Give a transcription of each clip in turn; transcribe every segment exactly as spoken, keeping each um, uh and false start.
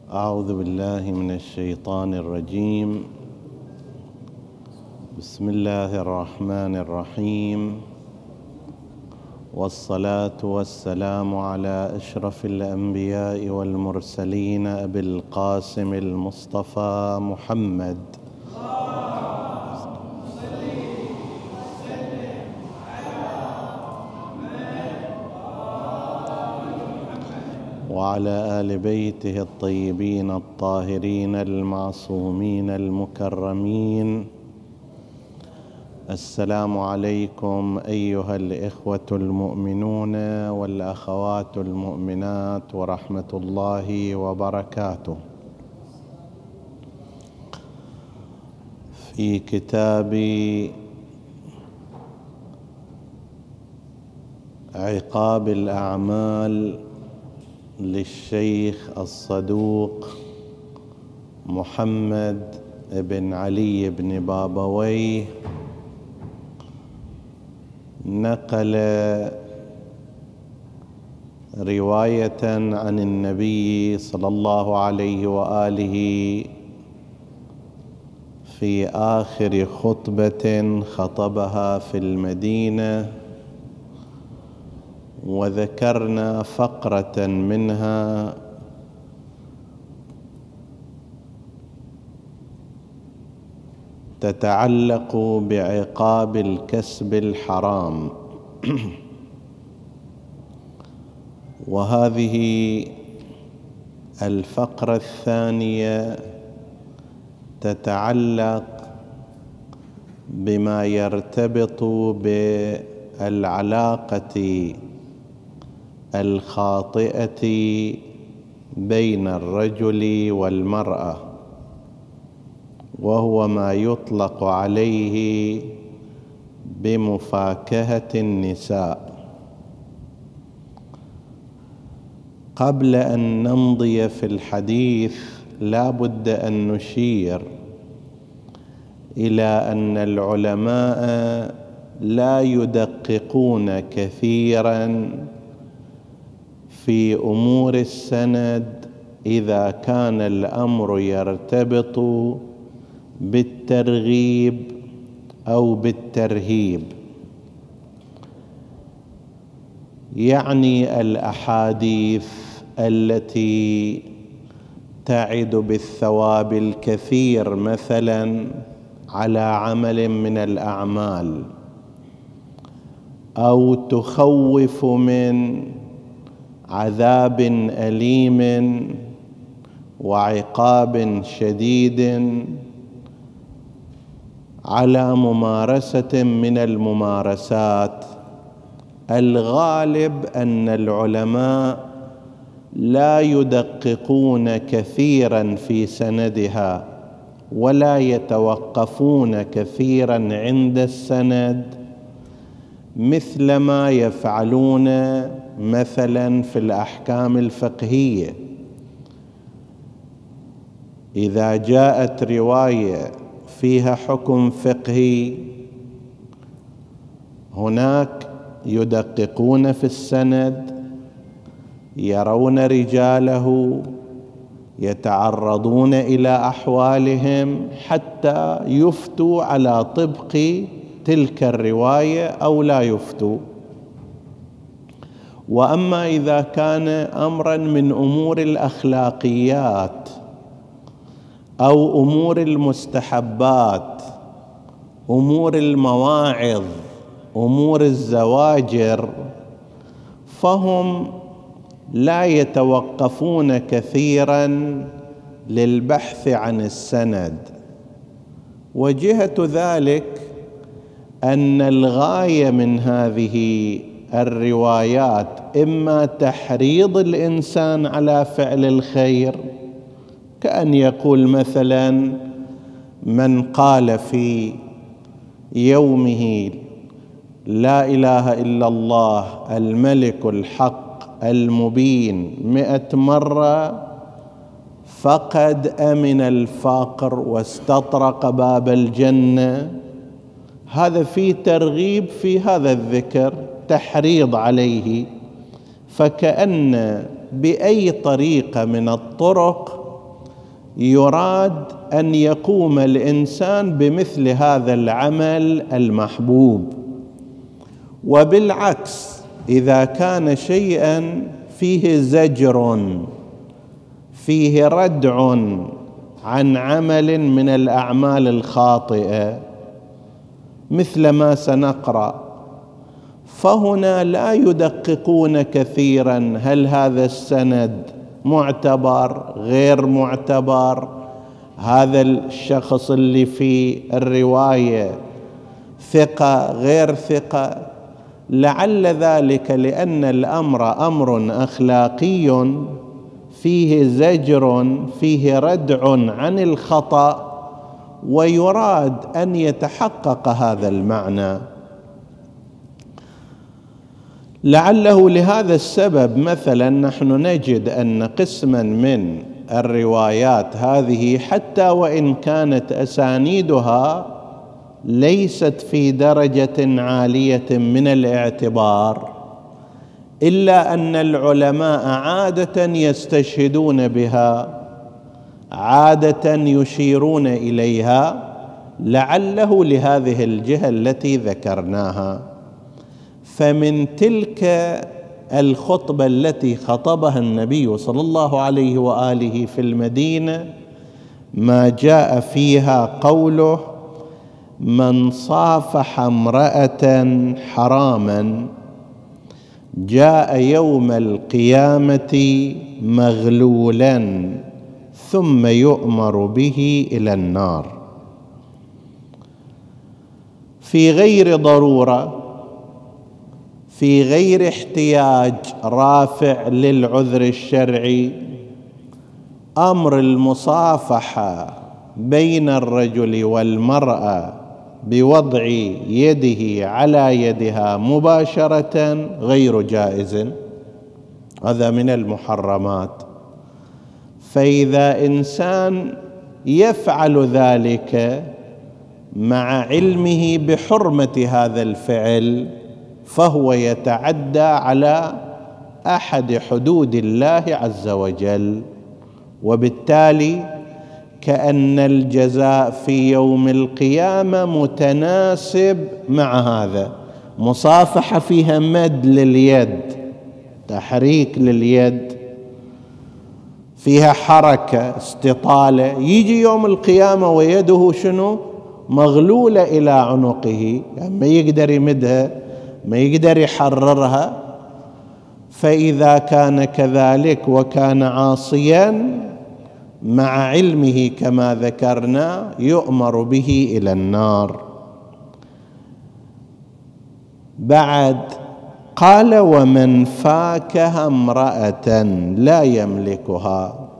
أعوذ بالله من الشيطان الرجيم. بسم الله الرحمن الرحيم، والصلاة والسلام على أشرف الأنبياء والمرسلين أبي القاسم المصطفى محمد وعلى آل بيته الطيبين الطاهرين المعصومين المكرمين. السلام عليكم أيها الإخوة المؤمنون والأخوات المؤمنات ورحمة الله وبركاته. في كتاب عقاب الأعمال للشيخ الصدوق محمد بن علي بن بابويه نقل رواية عن النبي صلى الله عليه وآله في آخر خطبة خطبها في المدينة، وذكرنا فقرة منها تتعلق بعقاب الكسب الحرام، وهذه الفقرة الثانية تتعلق بما يرتبط بالعلاقة الخاطئة بين الرجل والمرأة، وهو ما يطلق عليه بمفاكهة النساء. قبل أن نمضي في الحديث لا بد أن نشير إلى أن العلماء لا يدققون كثيراً في أمور السند إذا كان الأمر يرتبط بالترغيب أو بالترهيب، يعني الأحاديث التي تعد بالثواب الكثير مثلا على عمل من الأعمال، أو تخوف من عذاب أليم وعقاب شديد على ممارسة من الممارسات، الغالب أن العلماء لا يدققون كثيرا في سندها ولا يتوقفون كثيرا عند السند مثل ما يفعلون مثلا في الأحكام الفقهية. إذا جاءت رواية فيها حكم فقهي هناك يدققون في السند، يرون رجاله، يتعرضون إلى أحوالهم حتى يفتوا على طبق تلك الرواية أو لا يفتوا. وأما إذا كان أمرا من أمور الأخلاقيات أو أمور المستحبات، أمور المواعظ، أمور الزواجر، فهم لا يتوقفون كثيرا للبحث عن السند. وجهة ذلك أن الغاية من هذه الروايات إما تحريض الإنسان على فعل الخير، كأن يقول مثلا من قال في يومه لا إله إلا الله الملك الحق المبين مئة مرة فقد أمن الفقر واستطرق باب الجنة. هذا فيه ترغيب في هذا الذكر، تحريض عليه، فكأن بأي طريقة من الطرق يراد أن يقوم الإنسان بمثل هذا العمل المحبوب. وبالعكس إذا كان شيئا فيه زجر، فيه ردع عن عمل من الأعمال الخاطئة مثل ما سنقرأ، فهنا لا يدققون كثيرا هل هذا السند معتبر غير معتبر، هذا الشخص اللي في الرواية ثقة غير ثقة. لعل ذلك لأن الأمر أمر أخلاقي فيه زجر، فيه ردع عن الخطأ، ويراد أن يتحقق هذا المعنى. لعله لهذا السبب مثلا نحن نجد أن قسما من الروايات هذه حتى وإن كانت أسانيدها ليست في درجة عالية من الاعتبار، إلا أن العلماء عادة يستشهدون بها، عادة يشيرون إليها، لعله لهذه الجهة التي ذكرناها. فمن تلك الخطبة التي خطبها النبي صلى الله عليه وآله في المدينة ما جاء فيها قوله: من صافح امرأة حراما جاء يوم القيامة مغلولا ثم يؤمر به إلى النار، في غير ضرورة، في غير احتياج رافع للعذر الشرعي. أمر المصافحة بين الرجل والمرأة بوضع يده على يدها مباشرة غير جائز، هذا من المحرمات. فإذا إنسان يفعل ذلك مع علمه بحرمة هذا الفعل فهو يتعدى على أحد حدود الله عز وجل، وبالتالي كأن الجزاء في يوم القيامة متناسب مع هذا. مصافحة فيها مد لليد، تحريك لليد، فيها حركة استطالة، يجي يوم القيامة ويده شنو؟ مغلولة إلى عنقه، يعني ما يقدر يمدها، ما يقدر يحررها. فإذا كان كذلك وكان عاصيا مع علمه كما ذكرنا يؤمر به إلى النار. بعد قال: ومن فاكه امرأة لا يملكها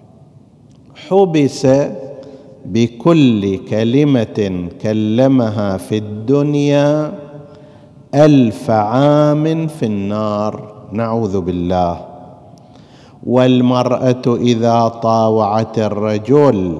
حبس بكل كلمة كلمها في الدنيا ألف عام في النار، نعوذ بالله. والمرأة إذا طاوعت الرجل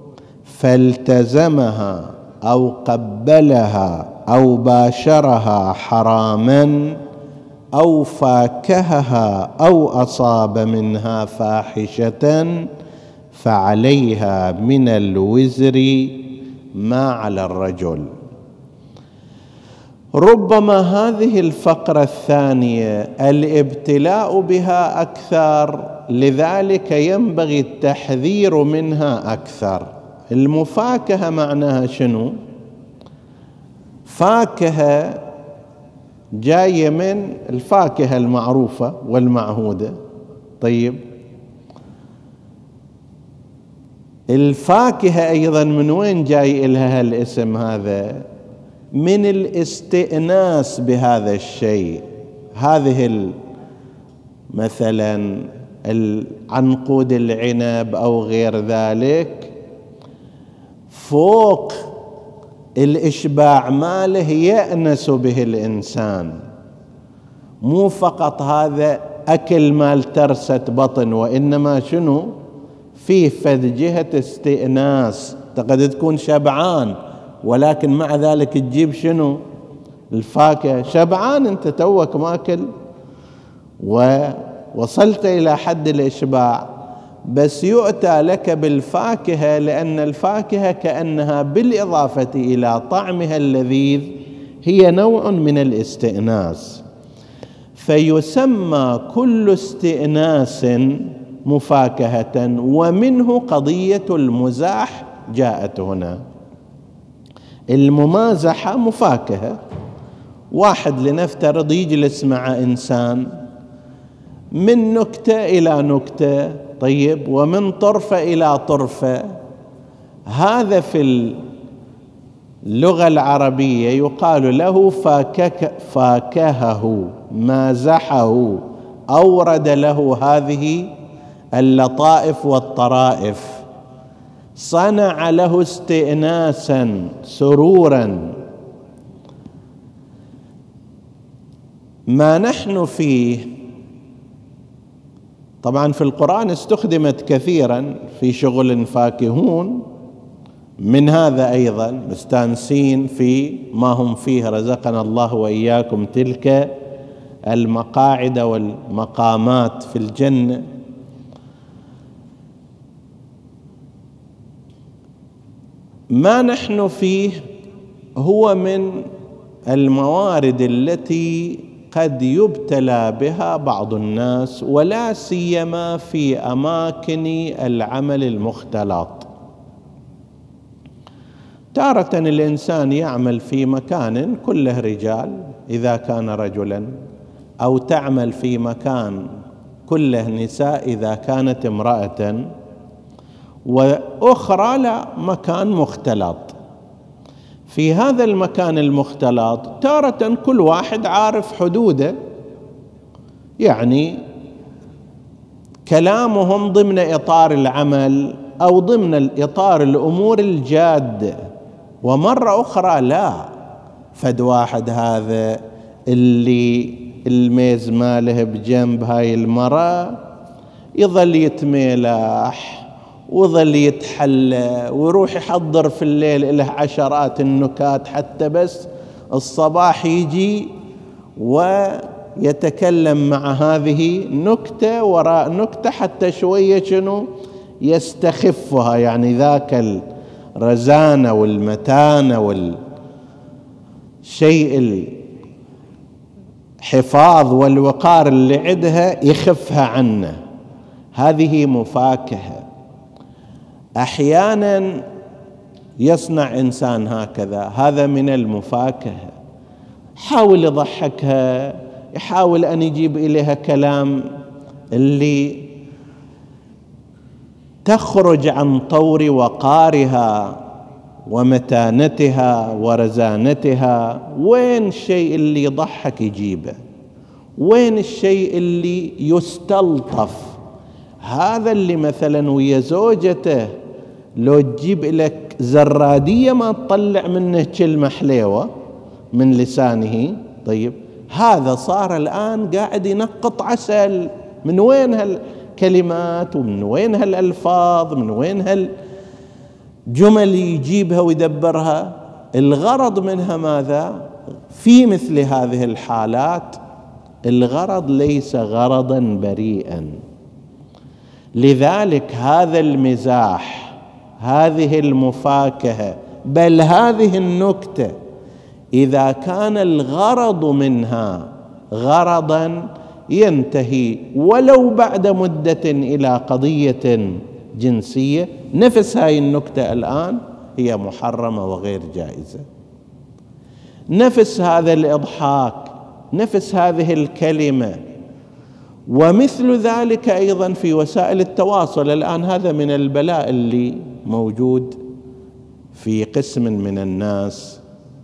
فالتزمها أو قبلها أو باشرها حراما أو فاكهها أو أصاب منها فاحشة فعليها من الوزر ما على الرجل. ربما هذه الفقرة الثانية الابتلاء بها أكثر، لذلك ينبغي التحذير منها أكثر. المفاكهة معناها شنو؟ فاكهة جاية من الفاكهة المعروفة والمعهودة. طيب، الفاكهة أيضا من وين جاي لها الاسم هذا؟ من الاستئناس بهذا الشيء. هذه مثلا عنقود العنب أو غير ذلك فوق الإشباع ماله يأنس به الإنسان، مو فقط هذا أكل مال ترسة بطن، وإنما شنو فيه فذ جهة استئناس. قد تكون شبعان ولكن مع ذلك تجيب شنو؟ الفاكهة. شبعان أنت توك ماكل ووصلت إلى حد الإشباع، بس يؤتى لك بالفاكهة، لأن الفاكهة كأنها بالإضافة إلى طعمها اللذيذ هي نوع من الاستئناس، فيسمى كل استئناس مفاكهة، ومنه قضية المزاح جاءت هنا. الممازحة مفاكهة، واحد لنفترض يجلس مع إنسان من نكتة إلى نكتة، طيب، ومن طرفة إلى طرفة، هذا في اللغة العربية يقال له فاكك فاكهه، مازحه، أورد له هذه اللطائف والطرائف، صنع له استئناسا سرورا. ما نحن فيه طبعا في القرآن استخدمت كثيرا في شغل فاكهون، من هذا أيضا مستانسين في ما هم فيه، رزقنا الله وإياكم تلك المقاعد والمقامات في الجنة. ما نحن فيه هو من الموارد التي قد يبتلى بها بعض الناس، ولا سيما في أماكن العمل المختلط. تارة الإنسان يعمل في مكان كله رجال إذا كان رجلا، أو تعمل في مكان كله نساء إذا كانت امرأة، وأخرى لا، مكان مختلط. في هذا المكان المختلط تارة كل واحد عارف حدوده، يعني كلامهم ضمن إطار العمل أو ضمن إطار الأمور الجادة، ومرة أخرى لا، فد واحد هذا اللي الميز ماله بجنب هاي المرأة يظل يتميلح وظل يتحلى ويروح يحضر في الليل له عشرات النكات حتى بس الصباح يجي ويتكلم مع هذه نكتة وراء نكتة حتى شوية شنو يستخفها، يعني ذاك الرزانة والمتانة والشيء الحفاظ والوقار اللي عندها يخفها عنه. هذه مفاكهة. أحيانا يصنع إنسان هكذا، هذا من المفاكهة، حاول يضحكها، يحاول أن يجيب إليها كلام اللي تخرج عن طور وقارها ومتانتها ورزانتها. وين الشيء اللي يضحك يجيبه؟ وين الشيء اللي يستلطف؟ هذا اللي مثلا ويا زوجته لو تجيب لك زرادية ما تطلع منه كلمة حليوة من لسانه، طيب هذا صار الآن قاعد ينقط عسل. من وين هالكلمات ومن وين هالألفاظ، من وين هالجمل يجيبها ويدبرها؟ الغرض منها ماذا؟ في مثل هذه الحالات الغرض ليس غرضا بريئا. لذلك هذا المزاح، هذه المفاكهة، بل هذه النكتة، إذا كان الغرض منها غرضا ينتهي ولو بعد مدة إلى قضية جنسية، نفس هاي النكتة الآن هي محرمة وغير جائزة. نفس هذا الإضحاك، نفس هذه الكلمة، ومثل ذلك أيضا في وسائل التواصل. الآن هذا من البلاء اللي موجود في قسم من الناس.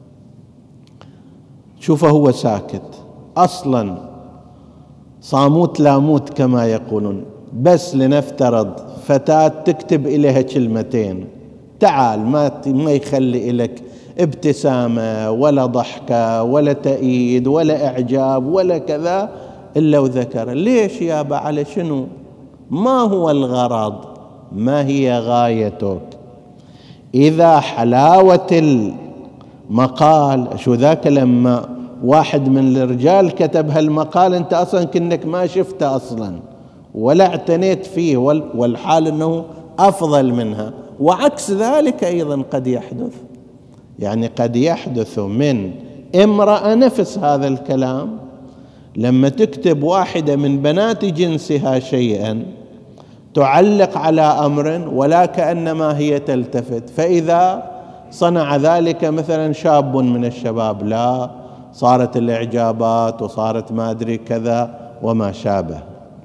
شوفه هو ساكت أصلا، صاموت لاموت كما يقولون، بس لنفترض فتاة تكتب إليها كلمتين، تعال، ما ما يخلي إليك ابتسامة ولا ضحكة ولا تأييد ولا إعجاب ولا كذا إلا وذكر. ليش يابا؟ على شنو؟ ما هو الغرض؟ ما هي غايتك؟ إذا حلاوة المقال، شو ذاك لما واحد من الرجال كتب هالمقال انت أصلا كأنك ما شفته أصلا، ولا اعتنيت فيه، والحال أنه أفضل منها. وعكس ذلك أيضا قد يحدث، يعني قد يحدث من امرأة نفس هذا الكلام لما تكتب واحدة من بنات جنسها شيئا تعلق على أمر ولا كأنما هي تلتفت، فإذا صنع ذلك مثلا شاب من الشباب لا صارت الإعجابات وصارت ما أدري كذا وما شابه.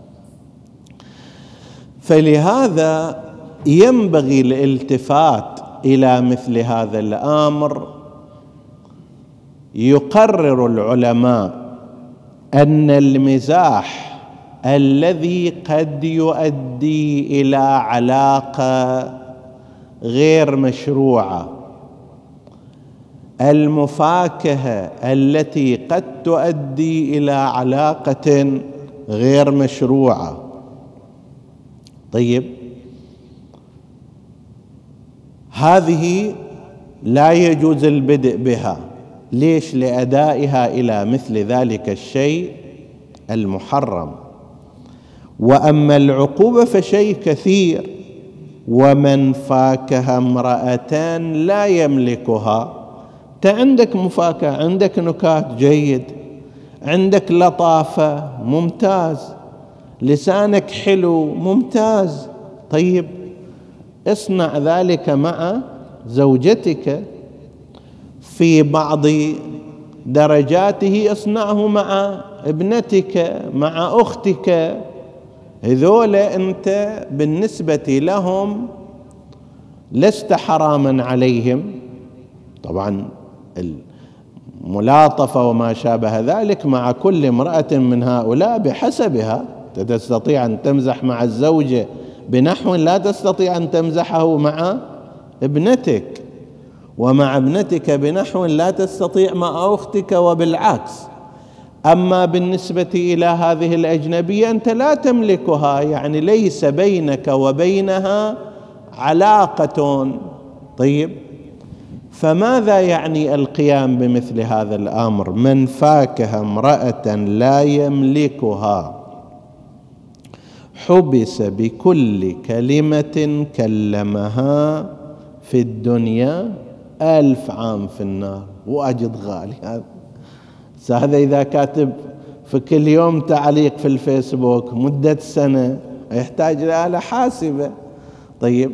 فلهذا ينبغي الالتفات إلى مثل هذا الأمر. يقرر العلماء أن المزاح الذي قد يؤدي إلى علاقة غير مشروعة، المفاكهة التي قد تؤدي إلى علاقة غير مشروعة، طيب هذه لا يجوز البدء بها. ليش؟ لأدائها إلى مثل ذلك الشيء المحرم. وأما العقوبة فشيء كثير. ومن فاكه امرأة لا يملكها، أنت عندك مفاكهة، عندك نكات جيد، عندك لطافة ممتاز، لسانك حلو ممتاز، طيب اصنع ذلك مع زوجتك، في بعض درجاته اصنعه مع ابنتك، مع أختك، هذول أنت بالنسبة لهم لست حراما عليهم. طبعا الملاطفة وما شابه ذلك مع كل امرأة من هؤلاء بحسبها. تستطيع أن تمزح مع الزوجة بنحو لا تستطيع أن تمزحه مع ابنتك، ومع ابنتك بنحو لا تستطيع مع أختك، وبالعكس. أما بالنسبة إلى هذه الأجنبية أنت لا تملكها، يعني ليس بينك وبينها علاقة. طيب فماذا يعني القيام بمثل هذا الأمر؟ من فاكه امرأة لا يملكها حبس بكل كلمة كلمها في الدنيا ألف عام في النار. واجد غالي هذا. هذا إذا كاتب في كل يوم تعليق في الفيسبوك مدة سنة يحتاج لآلة حاسبة. طيب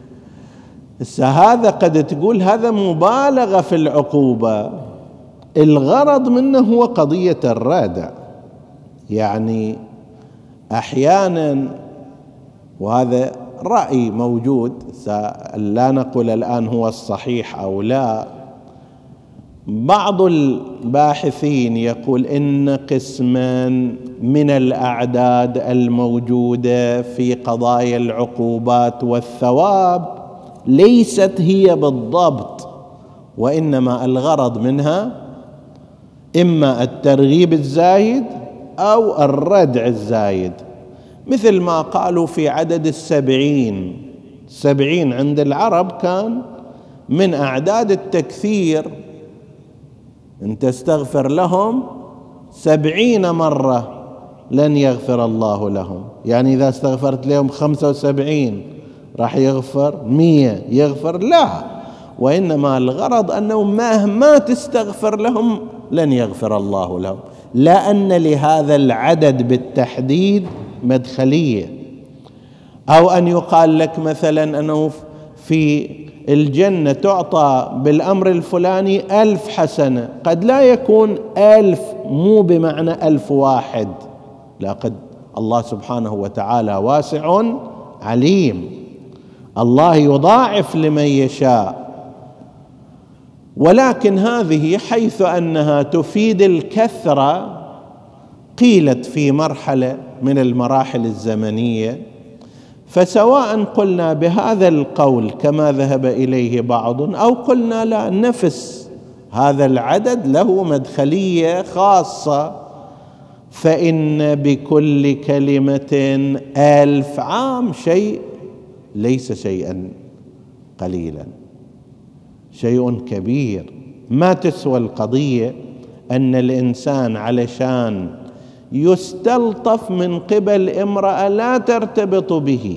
هذا قد تقول هذا مبالغة في العقوبة، الغرض منه هو قضية الردع. يعني أحيانا، وهذا رأي موجود لا نقول الآن هو الصحيح أو لا، بعض الباحثين يقول إن قسما من الأعداد الموجودة في قضايا العقوبات والثواب ليست هي بالضبط، وإنما الغرض منها إما الترغيب الزايد أو الردع الزايد، مثل ما قالوا في عدد السبعين. سبعين عند العرب كان من أعداد التكثير، أن تستغفر لهم سبعين مرة لن يغفر الله لهم. يعني إذا استغفرت لهم خمسة وسبعين راح يغفر، مية يغفر؟ لا، وإنما الغرض أنه مهما تستغفر لهم لن يغفر الله لهم، لأن لهذا العدد بالتحديد مدخلية. أو أن يقال لك مثلا أنه في الجنة تعطى بالأمر الفلاني ألف حسنة، قد لا يكون ألف مو بمعنى ألف واحد، لا، قد الله سبحانه وتعالى واسع عليم، الله يضاعف لمن يشاء. ولكن هذه حيث أنها تفيد الكثرة قيلت في مرحلة من المراحل الزمنية، فسواء قلنا بهذا القول كما ذهب إليه بعض أو قلنا لا، نفس هذا العدد له مدخلية خاصة، فإن بكل كلمة ألف عام شيء ليس شيئا قليلا، شيء كبير. ما تسوى القضية أن الإنسان علشان يستلطف من قبل امرأة لا ترتبط به،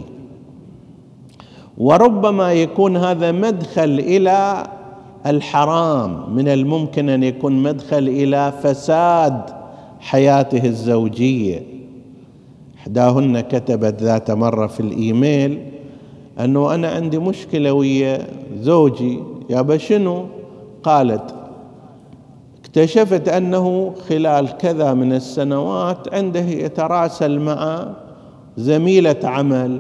وربما يكون هذا مدخل إلى الحرام، من الممكن أن يكون مدخل إلى فساد حياته الزوجية. إحداهن كتبت ذات مرة في الإيميل أنه أنا عندي مشكلة ويا زوجي. يابا شنو؟ قالت اكتشفت أنه خلال كذا من السنوات عنده يتراسل مع زميلة عمل،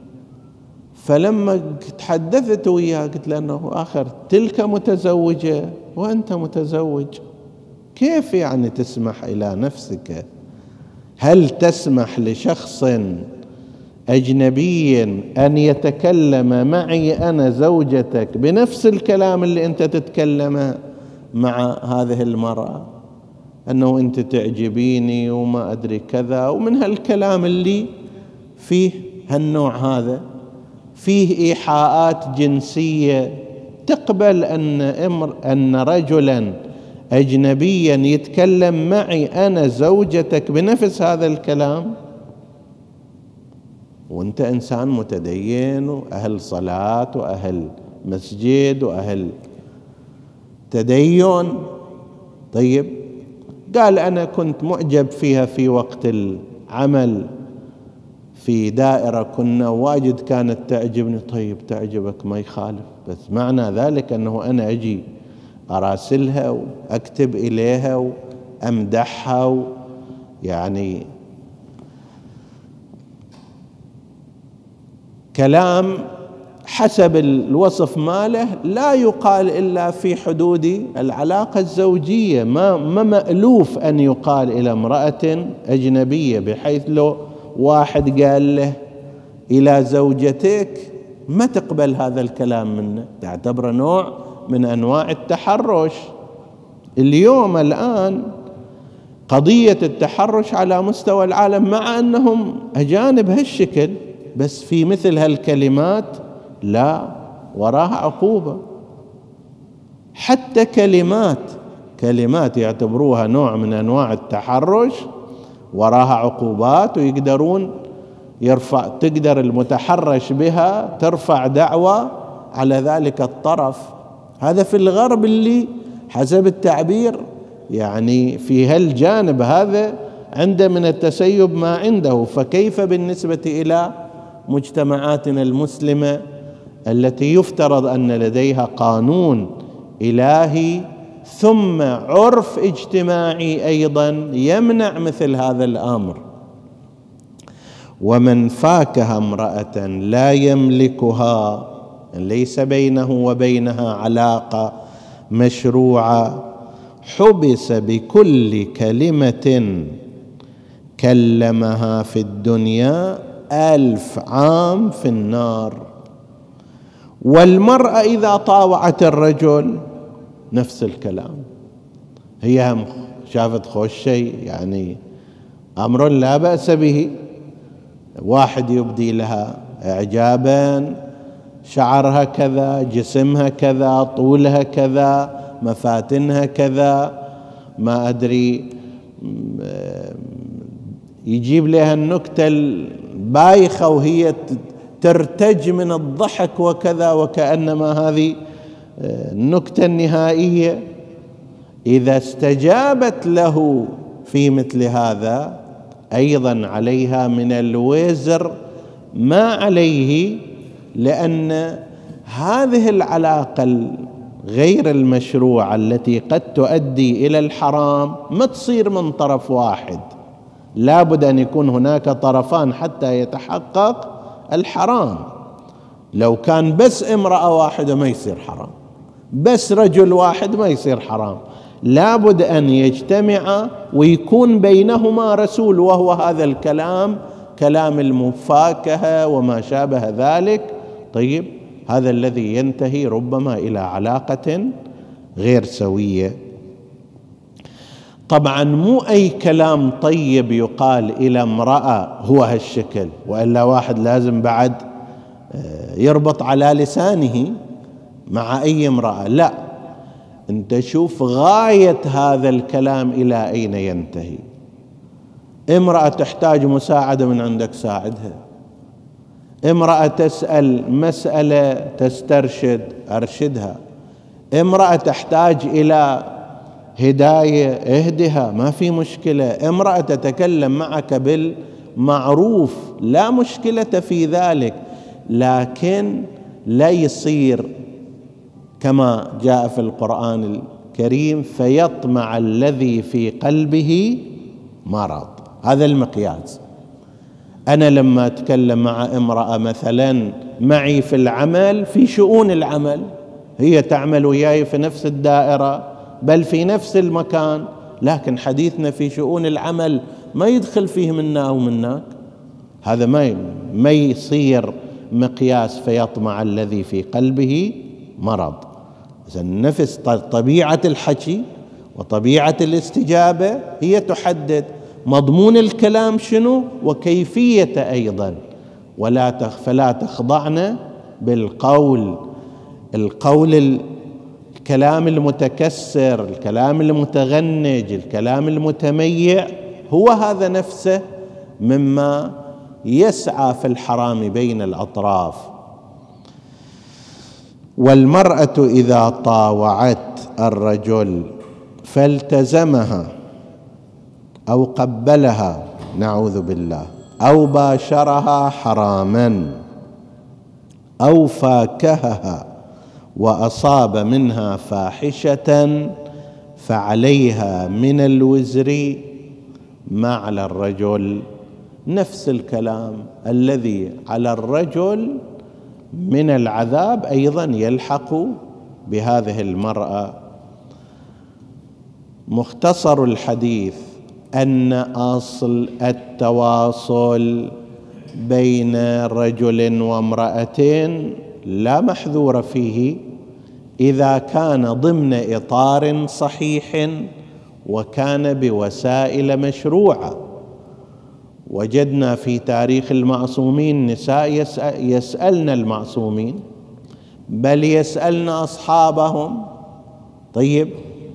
فلما تحدثت وياه قلت له أنه آخر تلك متزوجة وأنت متزوج، كيف يعني تسمح إلى نفسك؟ هل تسمح لشخص أجنبي أن يتكلم معي أنا زوجتك بنفس الكلام اللي أنت تتكلمه مع هذه المرأة، أنه أنت تعجبيني وما أدري كذا، ومن هالكلام اللي فيه هالنوع هذا فيه إيحاءات جنسية؟ تقبل أن أمر أن رجلا أجنبيا يتكلم معي أنا زوجتك بنفس هذا الكلام؟ وأنت إنسان متدين وأهل صلاة وأهل مسجد وأهل تدين. طيب قال أنا كنت معجب فيها في وقت العمل في دائرة كنا واجد كانت تعجبني. طيب تعجبك ما يخالف، بس معنى ذلك أنه أنا أجي أراسلها وأكتب إليها وأمدحها يعني كلام حسب الوصف ماله لا يقال إلا في حدود العلاقة الزوجية. ما ما مألوف أن يقال إلى امرأة أجنبية، بحيث لو واحد قال له إلى زوجتك ما تقبل هذا الكلام منه، تعتبره نوع من أنواع التحرش. اليوم الآن قضية التحرش على مستوى العالم، مع أنهم أجانب هالشكل، بس في مثل هالكلمات لا، وراها عقوبة. حتى كلمات كلمات يعتبروها نوع من أنواع التحرش وراها عقوبات، ويقدرون يرفع تقدر المتحرش بها ترفع دعوى على ذلك الطرف. هذا في الغرب اللي حسب التعبير يعني في هالجانب هذا عنده من التسيب ما عنده، فكيف بالنسبة إلى مجتمعاتنا المسلمة التي يفترض أن لديها قانون إلهي ثم عرف اجتماعي أيضا يمنع مثل هذا الأمر؟ ومن فاكه امرأة لا يملكها، ليس بينه وبينها علاقة مشروعة، حبس بكل كلمة كلمها في الدنيا ألف عام في النار. والمرأة إذا طاوعت الرجل نفس الكلام، هي هم شافت خوش شيء يعني أمر لا بأس به، واحد يبدي لها إعجابا، شعرها كذا، جسمها كذا، طولها كذا، مفاتنها كذا، ما أدري يجيب لها النكتة البايخة وهي ترتج من الضحك وكذا، وكأنما هذه النكتة النهائية. إذا استجابت له في مثل هذا أيضا عليها من الوزر ما عليه، لأن هذه العلاقة غير المشروعة التي قد تؤدي إلى الحرام ما تصير من طرف واحد، لابد أن يكون هناك طرفان حتى يتحقق الحرام. لو كان بس امرأة واحدة ما يصير حرام، بس رجل واحد ما يصير حرام، لابد أن يجتمع ويكون بينهما رسول، وهو هذا الكلام كلام المفاكهة وما شابه ذلك. طيب هذا الذي ينتهي ربما إلى علاقة غير سوية. طبعا مو أي كلام طيب يقال إلى امرأة هو هالشكل، وإلا واحد لازم بعد يربط على لسانه مع أي امرأة. لا، أنت شوف غاية هذا الكلام إلى أين ينتهي. امرأة تحتاج مساعدة من عندك ساعدها، امرأة تسأل مسألة تسترشد أرشدها، امرأة تحتاج إلى هداية اهدها، ما في مشكلة، امرأة تتكلم معك بالمعروف لا مشكلة في ذلك، لكن لا يصير كما جاء في القرآن الكريم فيطمع الذي في قلبه مرض. هذا المقياس. أنا لما أتكلم مع امرأة مثلا معي في العمل في شؤون العمل، هي تعمل وياي في نفس الدائرة بل في نفس المكان، لكن حديثنا في شؤون العمل ما يدخل فيه منا أو منك، هذا ما ما يصير مقياس فيطمع الذي في قلبه مرض. إذا النفس طبيعة الحكي وطبيعة الاستجابة هي تحدد مضمون الكلام شنو وكيفية أيضا، ولا فلا تخضعن بالقول، القول الكلام المتكسر، الكلام المتغنج، الكلام المتميع، هو هذا نفسه مما يسعى في الحرام بين الأطراف. والمرأة إذا طاوعت الرجل فالتزمها أو قبلها نعوذ بالله أو باشرها حراما أو فاكهها وأصاب منها فاحشة فعليها من الوزر ما على الرجل، نفس الكلام الذي على الرجل من العذاب أيضا يلحق بهذه المرأة. مختصر الحديث أن أصل التواصل بين رجل وامرأة لا محذور فيه إذا كان ضمن إطار صحيح وكان بوسائل مشروعة. وجدنا في تاريخ المعصومين نساء يسألن المعصومين بل يسألن أصحابهم. طيب،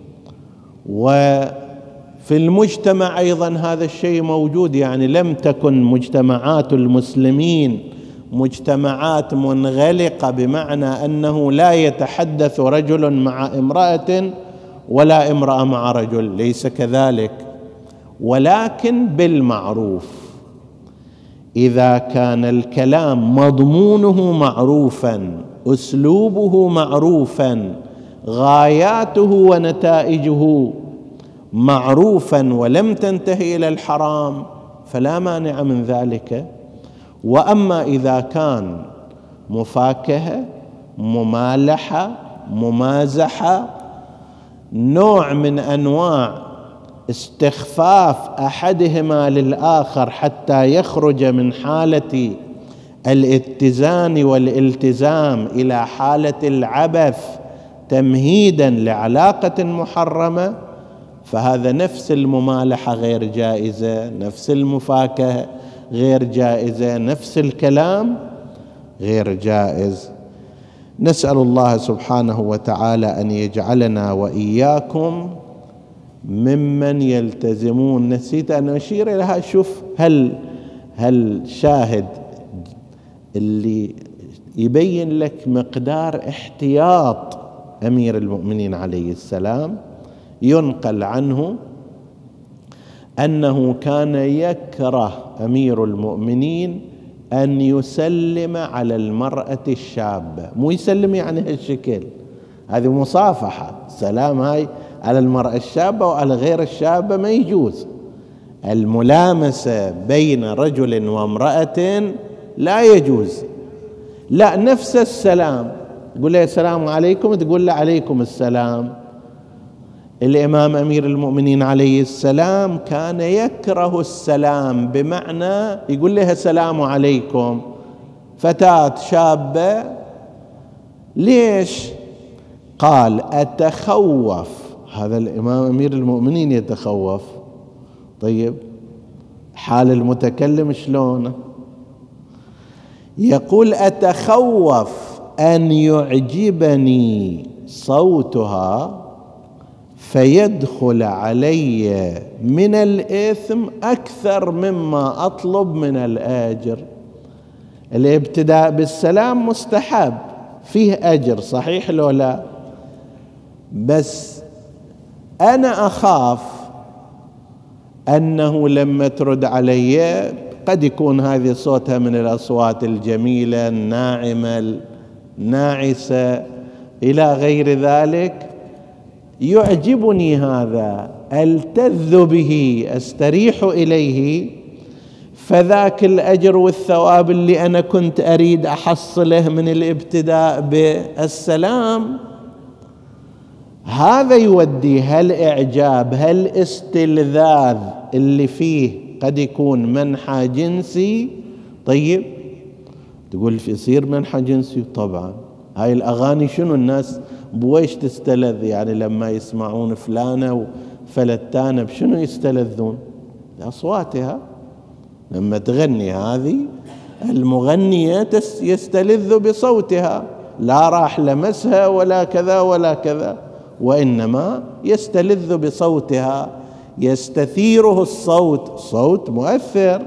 وفي المجتمع أيضا هذا الشيء موجود، يعني لم تكن مجتمعات المسلمين مجتمعات منغلقة بمعنى أنه لا يتحدث رجل مع امرأة ولا امرأة مع رجل، ليس كذلك، ولكن بالمعروف. إذا كان الكلام مضمونه معروفا، أسلوبه معروفا، غاياته ونتائجه معروفا ولم تنتهي إلى الحرام فلا مانع من ذلك. وأما إذا كان مفاكهة، ممالحة، ممازحة، نوع من أنواع استخفاف أحدهما للآخر حتى يخرج من حالة الاتزان والالتزام إلى حالة العبث تمهيدا لعلاقة محرمة، فهذا نفس الممالحة غير جائزة، نفس المفاكهة غير جائزة، نفس الكلام غير جائز. نسأل الله سبحانه وتعالى أن يجعلنا وإياكم ممن يلتزمون. نسيت أن أشير إليها، شوف هل هل شاهد اللي يبين لك مقدار احتياط أمير المؤمنين عليه السلام. ينقل عنه أنه كان يكره أمير المؤمنين أن يسلم على المرأة الشابة، مو يسلم يعني هالشكل، هذه مصافحة، سلام هاي على المرأة الشابة وعلى غير الشابة ما يجوز. الملامسة بين رجل وامرأة لا يجوز، لا نفس السلام، تقول له السلام عليكم تقول له عليكم السلام. الإمام أمير المؤمنين عليه السلام كان يكره السلام، بمعنى يقول لها السلام عليكم فتاة شابة، ليش؟ قال أتخوف، هذا الإمام أمير المؤمنين يتخوف. طيب حال المتكلم شلون؟ يقول أتخوف أن يعجبني صوتها فيدخل علي من الإثم أكثر مما أطلب من الأجر. الابتداء بالسلام مستحب، فيه أجر، صحيح لو لا؟ بس أنا أخاف أنه لما ترد علي قد يكون هذه صوتها من الأصوات الجميلة الناعمة الناعسة إلى غير ذلك، يعجبني هذا، ألتذ به، أستريح إليه، فذاك الأجر والثواب اللي أنا كنت أريد أحصله من الابتداء بالسلام هذا يودي هالإعجاب هالاستلذاذ اللي فيه قد يكون منحى جنسي. طيب تقول يصير منحى جنسي؟ طبعا. هاي الأغاني شنو الناس بويش تستلذ؟ يعني لما يسمعون فلانة وفلتانة بشنو يستلذون؟ أصواتها. لما تغني هذه المغنية يستلذ بصوتها، لا راح لمسها ولا كذا ولا كذا، وإنما يستلذ بصوتها، يستثيره الصوت، صوت مؤثر.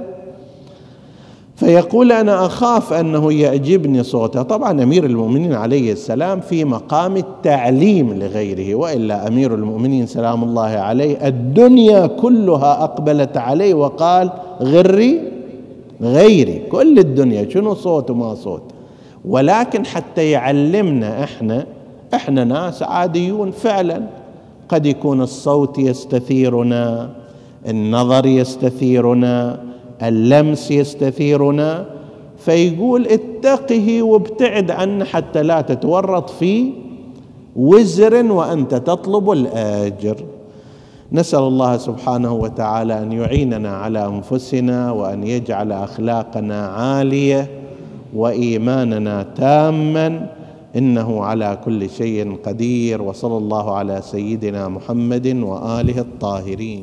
فيقول أنا أخاف أنه يعجبني صوتها. طبعا أمير المؤمنين عليه السلام في مقام التعليم لغيره، وإلا أمير المؤمنين سلام الله عليه الدنيا كلها أقبلت عليه وقال غري غيري، كل الدنيا شنو صوت وما صوت. ولكن حتى يعلمنا إحنا إحنا ناس عاديون فعلا، قد يكون الصوت يستثيرنا، النظر يستثيرنا، اللمس يستثيرنا، فيقول اتقه وابتعد عنه حتى لا تتورط في وزر وأنت تطلب الأجر. نسأل الله سبحانه وتعالى أن يعيننا على أنفسنا، وأن يجعل أخلاقنا عالية وإيماننا تاما، إنه على كل شيء قدير. وصلى الله على سيدنا محمد وآله الطاهرين.